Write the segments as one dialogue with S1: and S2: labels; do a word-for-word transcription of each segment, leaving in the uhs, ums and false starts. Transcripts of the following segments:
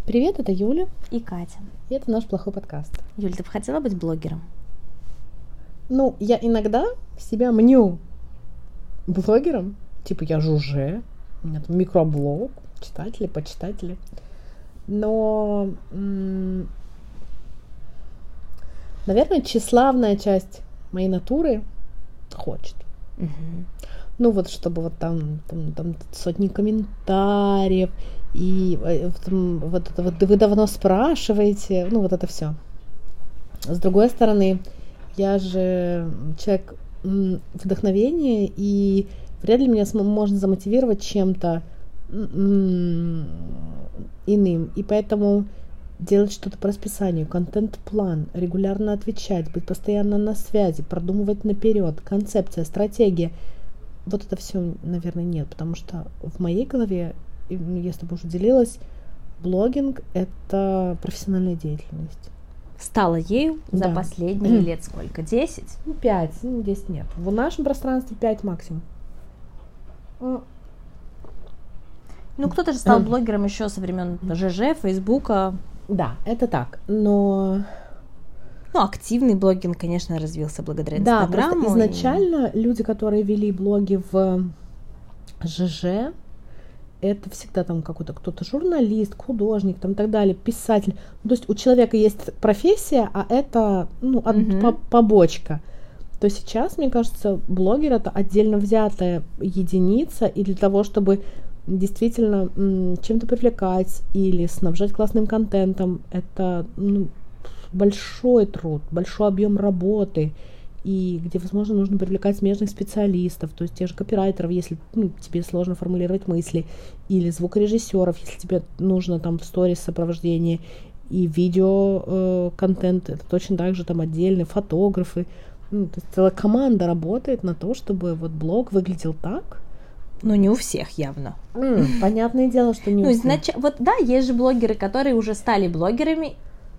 S1: Привет, это Юля
S2: и Катя.
S1: И это наш плохой подкаст.
S2: Юль, ты бы хотела быть блогером?
S1: Ну, я иногда себя мню блогером. Типа я жуже, у меня там микроблог, читатели, почитатели. Но, м- наверное, тщеславная часть моей натуры хочет.
S2: Угу.
S1: Ну вот, чтобы вот там, там, там сотни комментариев, и там, вот это вот вы давно спрашиваете, ну вот это все. С другой стороны, я же человек вдохновения, и вряд ли меня можно замотивировать чем-то иным. И поэтому делать что-то по расписанию, контент-план, регулярно отвечать, быть постоянно на связи, продумывать наперед, концепция, стратегия. Вот это все, наверное, нет, потому что в моей голове, я с тобой уже делилась, блогинг — это профессиональная деятельность.
S2: Стала ею
S1: Да.
S2: за последние лет сколько? Десять?
S1: Ну, пять, ну, десять нет. В нашем пространстве пять максимум.
S2: Ну, кто-то же стал блогером еще со времен ЖЖ, Фейсбука.
S1: Да, это так, но...
S2: Ну, активный блогинг, конечно, развился благодаря
S1: Да,
S2: Инстаграму.
S1: просто изначально и... люди, которые вели блоги в ЖЖ, это всегда там какой-то кто-то журналист, художник, там и так далее, писатель. Ну, то есть у человека есть профессия, а это, ну, от,
S2: Мгм.
S1: по- побочка. То сейчас, мне кажется, блогер — это отдельно взятая единица, и для того, чтобы действительно м, чем-то привлекать или снабжать классным контентом, это, ну, большой труд, большой объем работы, и где, возможно, нужно привлекать смежных специалистов, то есть тех же копирайтеров, если, ну, тебе сложно формулировать мысли, или звукорежиссеров, если тебе нужно там в сторис сопровождение, и видео э, контент, это точно так же там отдельные фотографы. Ну, то есть целая команда работает на то, чтобы вот блог выглядел так.
S2: Ну, не у всех явно.
S1: М, понятное дело, что не
S2: Ну,
S1: у всех.
S2: изнач... вот да, есть же блогеры, которые уже стали блогерами,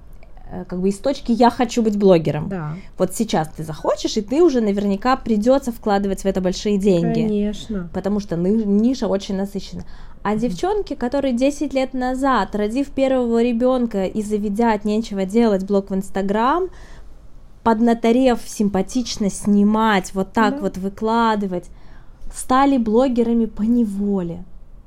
S2: э, как бы из точки «я хочу быть блогером».
S1: Да,
S2: Вот сейчас ты захочешь, и ты уже наверняка придется вкладывать в это большие деньги.
S1: конечно.
S2: Потому что ны- ниша очень насыщена. А девчонки, которые десять лет назад, родив первого ребенка и заведя от нечего делать блог в Инстаграм, поднаторев симпатично снимать, вот так
S1: Да.
S2: вот выкладывать, стали блогерами по неволе.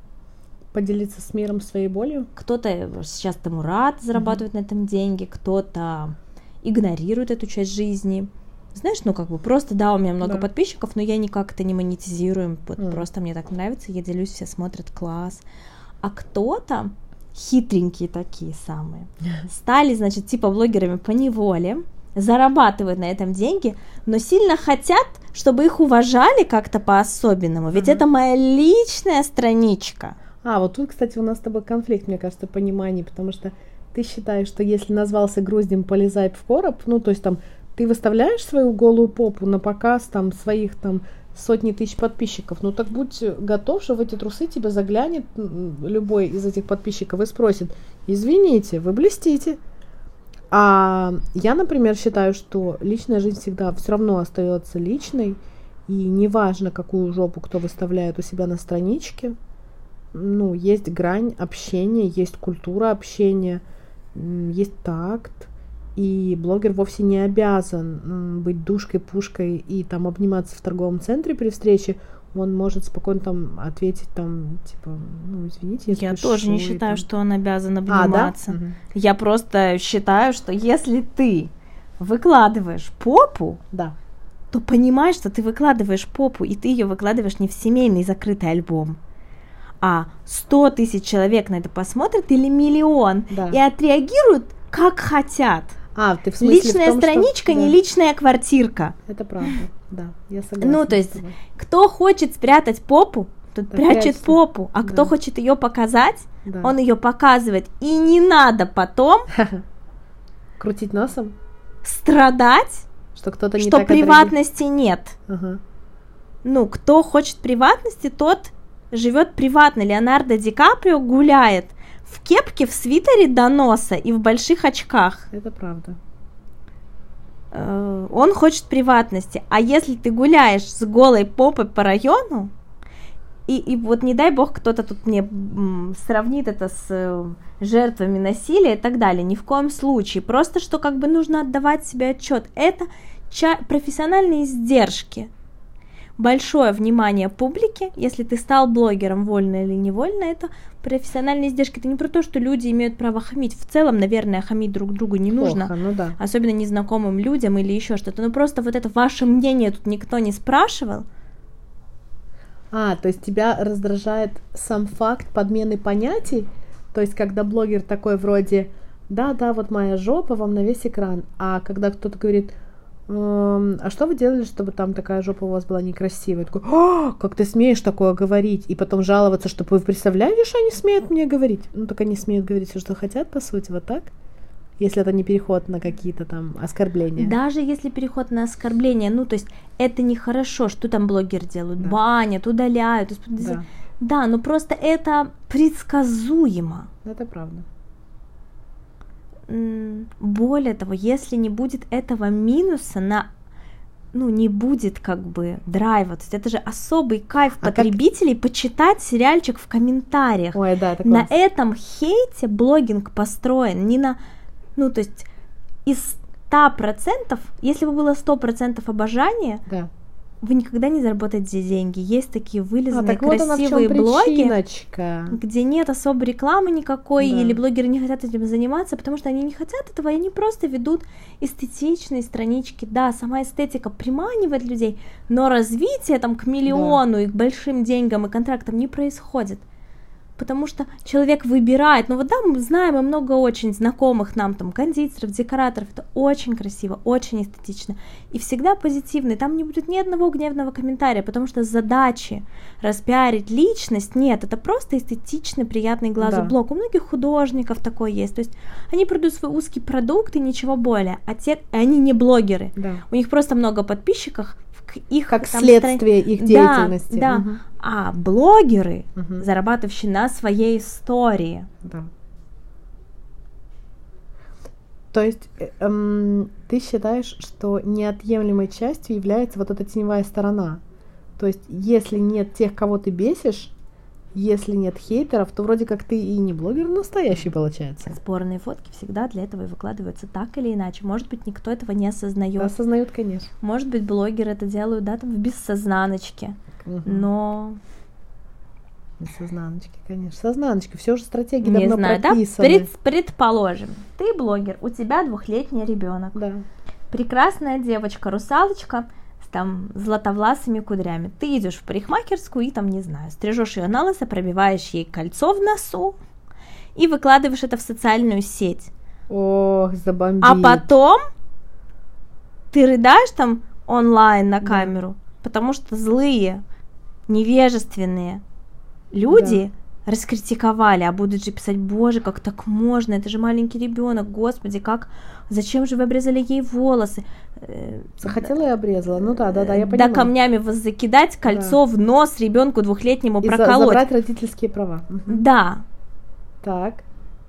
S1: Поделиться с миром своей болью.
S2: Кто-то сейчас тому рад, зарабатывает на этом деньги, кто-то игнорирует эту часть жизни. Знаешь, ну как бы просто, да, у меня много
S1: Да.
S2: подписчиков, но я никак это не монетизирую, вот
S1: Мгм.
S2: просто мне так нравится, я делюсь, все смотрят, класс. А кто-то, хитренькие такие самые, стали, значит, типа блогерами по неволе, зарабатывают на этом деньги, но сильно хотят, чтобы их уважали как-то по-особенному, ведь
S1: Мгм.
S2: это моя личная страничка.
S1: А, вот тут, кстати, у нас с тобой конфликт, мне кажется, пониманий, потому что ты считаешь, что если назвался груздем, полезай в короб, ну, то есть там ты выставляешь свою голую попу на показ там своих там сотни тысяч подписчиков, ну так будь готов, что в эти трусы тебе заглянет м, любой из этих подписчиков и спросит: извините, вы блестите. А я, например, считаю, что личная жизнь всегда все равно остается личной, и неважно, какую жопу кто выставляет у себя на страничке, ну, есть грань общения, есть культура общения, м, есть такт, и блогер вовсе не обязан м, быть душкой-пушкой и там обниматься в торговом центре при встрече. Он может спокойно там ответить там, типа, ну, извините, я,
S2: Я
S1: спешу,
S2: тоже не
S1: и
S2: считаю,
S1: там-
S2: что он обязан
S1: А, да?
S2: обниматься.
S1: Мгм.
S2: Я просто считаю, что если ты выкладываешь попу,
S1: Да.
S2: то понимай, что ты выкладываешь попу, и ты ее выкладываешь не в семейный закрытый альбом, а сто тысяч человек на это посмотрят или миллион,
S1: Да.
S2: и отреагируют как хотят.
S1: А, ты в смысле в
S2: Личная
S1: том, что-
S2: страничка, не
S1: да,
S2: личная квартирка.
S1: это правда, да, я согласна.
S2: Ну, то
S1: с
S2: есть,
S1: тобой.
S2: кто хочет спрятать попу, тот
S1: Да,
S2: прячет
S1: прячется.
S2: попу, а кто
S1: Да.
S2: хочет ее показать,
S1: Да.
S2: он ее показывает. И не надо потом
S1: Крутить носом,
S2: страдать,
S1: что кто-то не
S2: что
S1: так отреагирует.
S2: приватности нет.
S1: Ага.
S2: Ну, кто хочет приватности, тот живет приватно. Леонардо Ди Каприо гуляет в кепке, в свитере до носа и в больших очках.
S1: Это правда.
S2: Э, Он хочет приватности. А если ты гуляешь с голой попой по району, И, и вот не дай бог кто-то тут мне м, сравнит это с э, жертвами насилия и так далее. Ни в коем случае. Просто что как бы нужно отдавать себе отчет. Это ча- профессиональные издержки. Большое внимание публике, если ты стал блогером, вольно или невольно, это профессиональные издержки. Это не про то, что люди имеют право хамить. В целом, наверное, хамить друг другу не
S1: Плохо,
S2: нужно.
S1: Ну да.
S2: Особенно незнакомым людям или еще что-то. Но просто вот это ваше мнение тут никто не спрашивал.
S1: А, то есть тебя раздражает сам факт подмены понятий? То есть когда блогер такой вроде, да-да, вот моя жопа вам на весь экран, а когда кто-то говорит, эм, а что вы делали, чтобы там такая жопа у вас была некрасивая? Такой, а, как ты смеешь такое говорить? И потом жаловаться, что вы представляете, что они смеют мне говорить? Ну, так они смеют говорить все, что хотят, по сути, вот так? Если это не переход на какие-то там оскорбления.
S2: Даже если переход на оскорбления, ну, то есть это нехорошо, что там блогеры делают,
S1: Да.
S2: банят, удаляют.
S1: Да.
S2: Да, но просто это предсказуемо.
S1: Это правда.
S2: Более того, если не будет этого минуса, на, ну, не будет как бы драйва. То есть это же особый кайф
S1: А
S2: потребителей как... почитать сериальчик в комментариях.
S1: Ой, да, это
S2: на
S1: классно.
S2: этом хейте блогинг построен, не на... Ну, то есть из ста процентов, если бы было сто процентов обожания,
S1: да.
S2: вы никогда не заработаете деньги. Есть такие вылизанные,
S1: а, так вот
S2: красивые
S1: она в чём
S2: блоги,
S1: причиночка.
S2: где нет особой рекламы никакой,
S1: Да.
S2: или блогеры не хотят этим заниматься, потому что они не хотят этого, и они просто ведут эстетичные странички. Да, сама эстетика приманивает людей, но развитие там к миллиону да. и к большим деньгам и контрактам не происходит. Потому что человек выбирает, ну вот да, мы знаем, и много очень знакомых нам там кондитеров, декораторов, это очень красиво, очень эстетично, и всегда позитивно, и там не будет ни одного гневного комментария, потому что задачи распиарить личность нет, это просто эстетичный, приятный глазу
S1: да.
S2: блог, у многих художников такой есть, то есть они продают свой узкий продукт и ничего более, а те, они не блогеры,
S1: да.
S2: у них просто много подписчиков, их
S1: как
S2: там,
S1: следствие
S2: стран...
S1: их деятельности.
S2: Да, да.
S1: Угу.
S2: А блогеры,
S1: угу.
S2: зарабатывающие на своей истории.
S1: Да. То есть эм, ты считаешь, что неотъемлемой частью является вот эта теневая сторона? То есть если нет тех, кого ты бесишь, если нет хейтеров, то вроде как ты и не блогер настоящий получается.
S2: Спорные фотки всегда для этого и выкладываются так или иначе. Может быть, никто этого не осознает.
S1: Да, осознают, конечно.
S2: Может быть, блогеры это делают, да, там в бессознаночке. Угу. Но...
S1: Бессознаночки, конечно. Сознаночки, все же стратегии
S2: не
S1: давно
S2: знаю,
S1: прописаны.
S2: Да? Пред, предположим, ты блогер, у тебя двухлетний ребенок.
S1: Да.
S2: Прекрасная девочка, русалочка, там златовласыми кудрями. Ты идешь в парикмахерскую и там, не знаю, стрижешь ее на лысо, пробиваешь ей кольцо в носу и выкладываешь это в социальную сеть.
S1: Ох, забомбить.
S2: А потом ты рыдаешь там онлайн на камеру, да. потому что злые, невежественные люди да. раскритиковали, а будут же писать: боже, как так можно, это же маленький ребенок, господи, как, зачем же вы обрезали ей волосы?
S1: Захотела и обрезала, ну да, да, да, я понимаю.
S2: Да, камнями вас закидать, кольцо да. в нос ребенку двухлетнему
S1: и
S2: проколоть.
S1: забрать родительские права. Угу.
S2: Да.
S1: Так.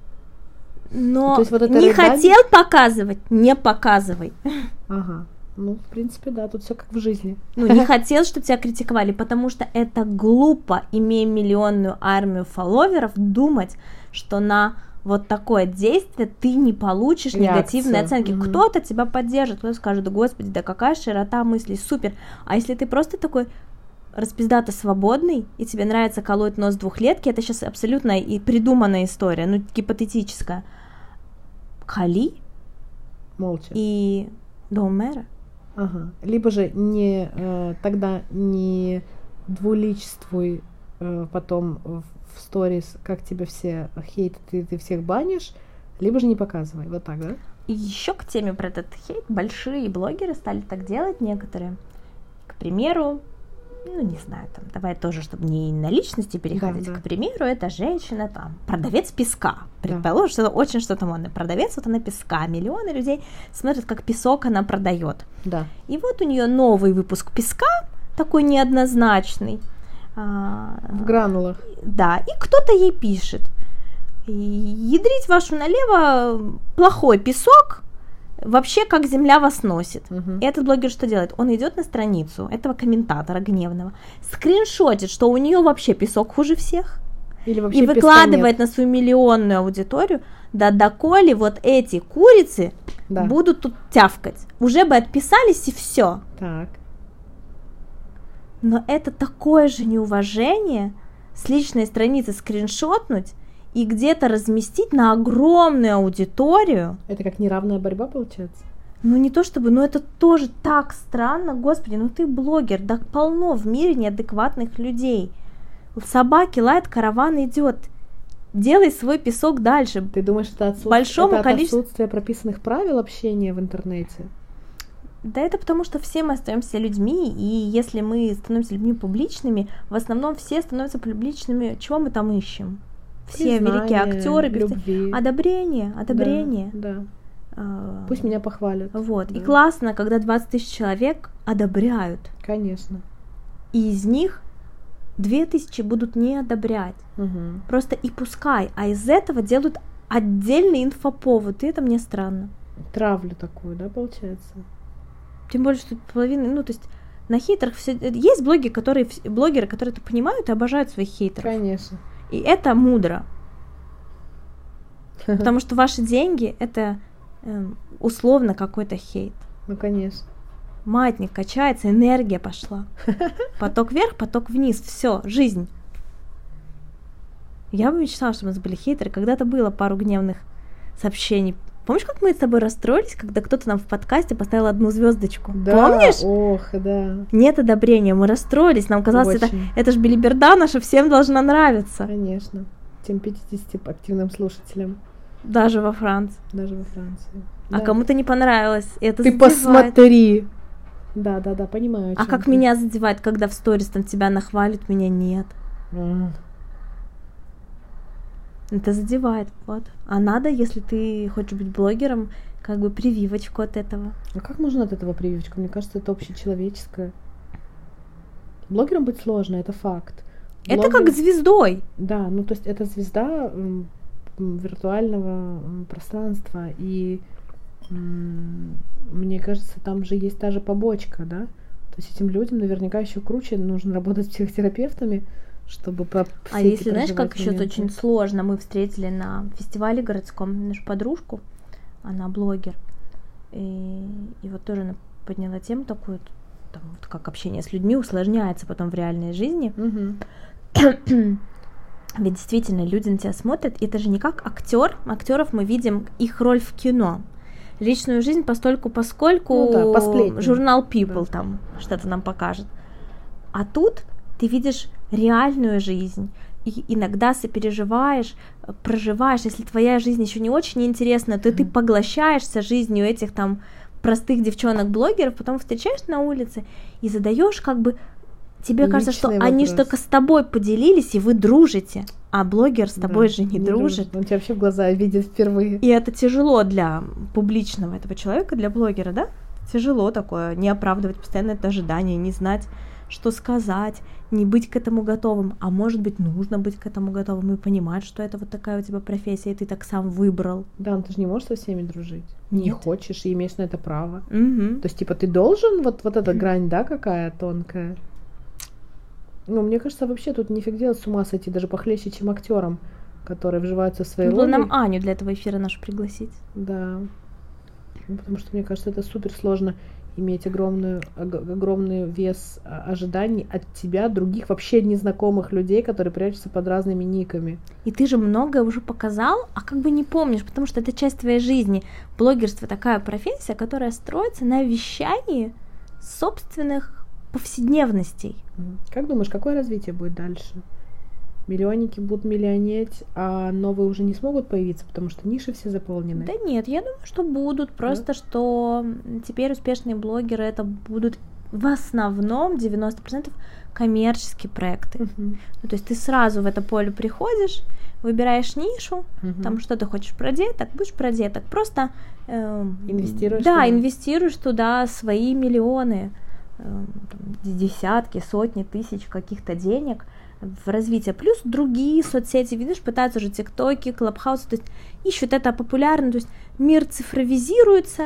S2: Но
S1: вот
S2: не
S1: рыдание...
S2: хотел показывать, не показывай.
S1: Ага. Ну, в принципе, да, тут все как в жизни.
S2: Ну, не хотел, чтобы тебя критиковали, потому что это глупо, имея миллионную армию фолловеров, думать, что на вот такое действие ты не получишь
S1: реакцию.
S2: Негативные оценки.
S1: Угу.
S2: Кто-то тебя поддержит, кто-то скажет: да господи, да какая широта мыслей, супер. А если ты просто такой распиздато свободный, и тебе нравится колоть нос двухлетки, это сейчас абсолютно и придуманная история, ну, гипотетическая. Кали.
S1: Молча.
S2: И don't matter.
S1: Ага. Либо же не э, тогда не двуличествуй э, потом в, в сторис, как тебя все хейтят, и ты всех банишь, либо же не показывай. Вот так, да?
S2: И еще к теме про этот хейт большие блогеры стали так делать некоторые. К примеру, ну не знаю, там, давай тоже, чтобы не на личности переходить.
S1: Да, да.
S2: К примеру, эта женщина там продавец песка. Предположим, да. что это очень что-то модное. Продавец, вот она песка. Миллионы людей смотрят, как песок она продает.
S1: Да.
S2: И вот у нее новый выпуск песка, такой неоднозначный.
S1: В гранулах.
S2: Да, и кто-то ей пишет: ядрить вашу налево, плохой песок, вообще как земля вас носит.
S1: Мгм.
S2: И этот блогер что делает? Он идет на страницу этого комментатора гневного, скриншотит, что у нее вообще песок хуже всех,
S1: Или вообще
S2: и
S1: песка
S2: выкладывает
S1: нет.
S2: на свою миллионную аудиторию, да доколе вот эти курицы
S1: Да.
S2: будут тут тявкать. Уже бы отписались и все.
S1: Так.
S2: Но это такое же неуважение с личной страницы скриншотнуть и где-то разместить на огромную аудиторию.
S1: Это как неравная борьба получается?
S2: Ну не то чтобы, но это тоже так странно, господи, ну ты блогер, да полно в мире неадекватных людей. Собаки лают, караван идет. Делай свой песок дальше.
S1: Ты думаешь, это, отсутствие,
S2: Большому
S1: это от
S2: количеству-
S1: отсутствия прописанных правил общения в интернете?
S2: Да это потому, что все мы остаемся людьми, и если мы становимся людьми публичными, в основном все становятся публичными. Чего мы там ищем? Все великие
S1: Признание,
S2: актеры, певцы.
S1: любви.
S2: Одобрение, одобрение.
S1: Да, да.
S2: А,
S1: Пусть меня похвалят.
S2: Вот. И
S1: Да.
S2: классно, когда двадцать тысяч человек одобряют,
S1: Конечно.
S2: и из них две тысячи будут не одобрять.
S1: Мгм.
S2: Просто и пускай, а из этого делают отдельный инфоповод, и это мне странно.
S1: Травлю такую, да, получается?
S2: Тем более, что половина, ну, то есть на хейтерах все... Есть блоги, которые, вс- блогеры, которые это понимают и обожают своих хейтеров.
S1: Конечно.
S2: И это мудро. Потому что ваши деньги — это эм, условно какой-то хейт.
S1: Ну, конечно.
S2: Маятник качается, энергия пошла. Поток вверх, поток вниз. Все, жизнь. Я бы мечтала, чтобы у нас были хейтеры. Когда-то было пару гневных сообщений. Помнишь, как мы с тобой расстроились, когда кто-то нам в подкасте поставил одну звездочку?
S1: Да,
S2: Помнишь?
S1: ох, да.
S2: Нет одобрения, мы расстроились. Нам казалось, это,
S1: Очень.
S2: это ж белиберда наша, всем должна нравиться.
S1: Конечно. Тем пятидесяти активным слушателям,
S2: Даже во Франции.
S1: даже во Франции.
S2: А
S1: Да.
S2: кому-то не понравилось. И это
S1: Ты
S2: задевает.
S1: посмотри. Да, да, да, понимаю. о
S2: А
S1: чём
S2: как
S1: ты.
S2: меня задевает, когда в сторис там тебя нахвалят, меня нет.
S1: М.
S2: Это задевает, вот. А надо, если ты хочешь быть блогером, как бы прививочку от этого.
S1: А как можно от этого прививочку? Мне кажется, это общечеловеческое. Блогером быть сложно, это факт.
S2: Это
S1: Блогер-
S2: как звездой.
S1: Да, ну то есть это звезда м, м, виртуального м, пространства, и м, мне кажется, там же есть та же побочка, да? То есть этим людям наверняка еще круче нужно работать с психотерапевтами, чтобы по
S2: А
S1: все эти
S2: если, знаешь, как
S1: проживать
S2: еще
S1: моменты.
S2: очень сложно, мы встретили на фестивале городском нашу подружку, она блогер, и, и вот тоже она подняла тему такую, там, вот как общение с людьми усложняется потом в реальной жизни.
S1: Мгм.
S2: Ведь действительно люди на тебя смотрят, и это же не как актер. Актеров мы видим их роль в кино. Личную жизнь постольку поскольку
S1: Ну да, по сплетням.
S2: журнал People
S1: Да.
S2: там что-то нам покажет. А тут ты видишь реальную жизнь. И иногда сопереживаешь, э, проживаешь. Если твоя жизнь еще не очень интересна, то ты
S1: Мгм.
S2: поглощаешься жизнью этих там простых девчонок-блогеров, потом встречаешь на улице и задаешь как бы. Тебе кажется, что
S1: Личный
S2: они ж
S1: вопрос.
S2: только с тобой поделились, и вы дружите, а блогер с тобой
S1: Да,
S2: же не, дружит.
S1: Он тебя вообще в глаза видит впервые.
S2: И это тяжело для публичного этого человека, для блогера, да? Тяжело такое, не оправдывать постоянно это ожидание, не знать, что сказать, не быть к этому готовым. А может быть, нужно быть к этому готовым и понимать, что это вот такая у тебя профессия, и ты так сам выбрал.
S1: Да, но ты же не можешь со всеми дружить. Не
S2: Нет.
S1: хочешь и имеешь на это право.
S2: Мгм.
S1: То есть, типа, ты должен, вот, вот эта грань, да, какая тонкая. Ну, мне кажется, вообще тут нифиг делать, с ума сойти, даже похлеще, чем актерам, которые вживаются в свои
S2: Надо было
S1: роли.
S2: нам Аню для этого эфира нашу пригласить.
S1: Да. Ну, потому что, мне кажется, это супер сложно иметь огромную, ог- огромный вес а, ожиданий от тебя, других вообще незнакомых людей, которые прячутся под разными никами.
S2: И ты же многое уже показал, а как бы не помнишь, потому что это часть твоей жизни. Блогерство такая профессия, которая строится на вещании собственных повседневностей.
S1: Мгм. Как думаешь, какое развитие будет дальше? Миллионники будут миллионеть, а новые уже не смогут появиться, потому что ниши все заполнены.
S2: Да нет, я думаю, что будут, просто что теперь успешные блогеры это будут в основном девяносто процентов коммерческие проекты.
S1: Мгм.
S2: Ну, то есть ты сразу в это поле приходишь, выбираешь нишу,
S1: Мгм.
S2: там что ты хочешь про деток, будешь про деток, просто эм,
S1: Инвестируешь
S2: да,
S1: туда.
S2: инвестируешь туда свои миллионы, эм, там, десятки, сотни тысяч каких-то денег в развитие. Плюс другие соцсети, видишь, пытаются уже тиктоки, клабхаусы, то есть ищут это популярно, то есть мир цифровизируется,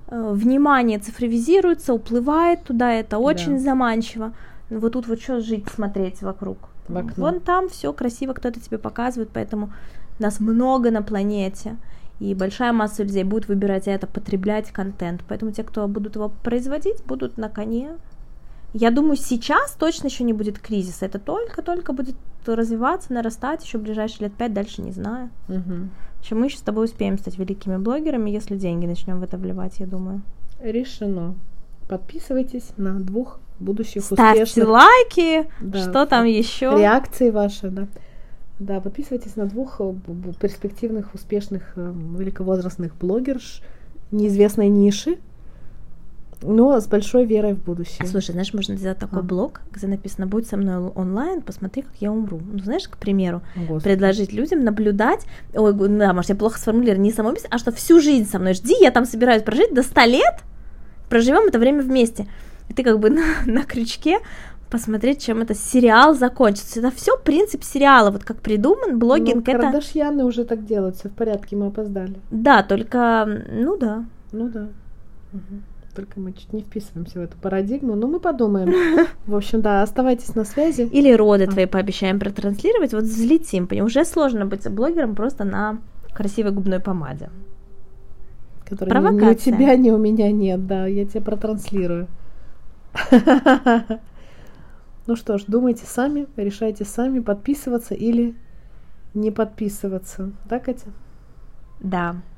S2: внимание цифровизируется, уплывает туда, это очень
S1: Да.
S2: заманчиво. Вот тут вот что жить, смотреть вокруг.
S1: В окно.
S2: Вон там все красиво, кто-то тебе показывает, поэтому нас много на планете, и большая масса людей будет выбирать это, потреблять контент. Поэтому те, кто будут его производить, будут на коне. Я думаю, сейчас точно еще не будет кризиса. Это только-только будет развиваться, нарастать, еще в ближайшие лет пять, дальше не знаю.
S1: Угу.
S2: Чем мы еще с тобой успеем стать великими блогерами, если деньги начнем в это вливать, я думаю.
S1: Решено. Подписывайтесь на двух будущих
S2: Ставьте
S1: успешных...
S2: лайки,
S1: Да.
S2: что там еще.
S1: Реакции ваши, да. Да, подписывайтесь на двух э, б- перспективных, успешных, э, великовозрастных блогерш неизвестной ниши, но с большой верой в будущее.
S2: Слушай, знаешь, можно сделать такой
S1: А.
S2: блог, где написано «Будь со мной онлайн, посмотри, как я умру». Ну, знаешь, к примеру,
S1: О, Господи.
S2: предложить людям наблюдать, ой, г- да, может, я плохо сформулировала, не самоубийство, а что всю жизнь со мной жди, я там собираюсь прожить до ста лет, проживем это время вместе. И ты как бы на, на крючке посмотреть, чем это сериал закончится. Это все принцип сериала, вот как придуман, блогинг
S1: Ну,
S2: это...
S1: Кардашьяны уже так делают, все в порядке, мы опоздали.
S2: Да, только, ну да.
S1: Ну да. Мгм. Только мы чуть не вписываемся в эту парадигму, но мы подумаем. В общем, да, оставайтесь на связи.
S2: Или роды
S1: А.
S2: твои пообещаем протранслировать, вот взлетим. Понимаешь, уже сложно быть блогером просто на красивой губной помаде.
S1: Которой ни, ни у
S2: Провокация.
S1: тебя, ни у меня нет, да, я тебя протранслирую. Ну что ж, думайте сами, решайте сами, подписываться или не подписываться. Да, Катя?
S2: Да.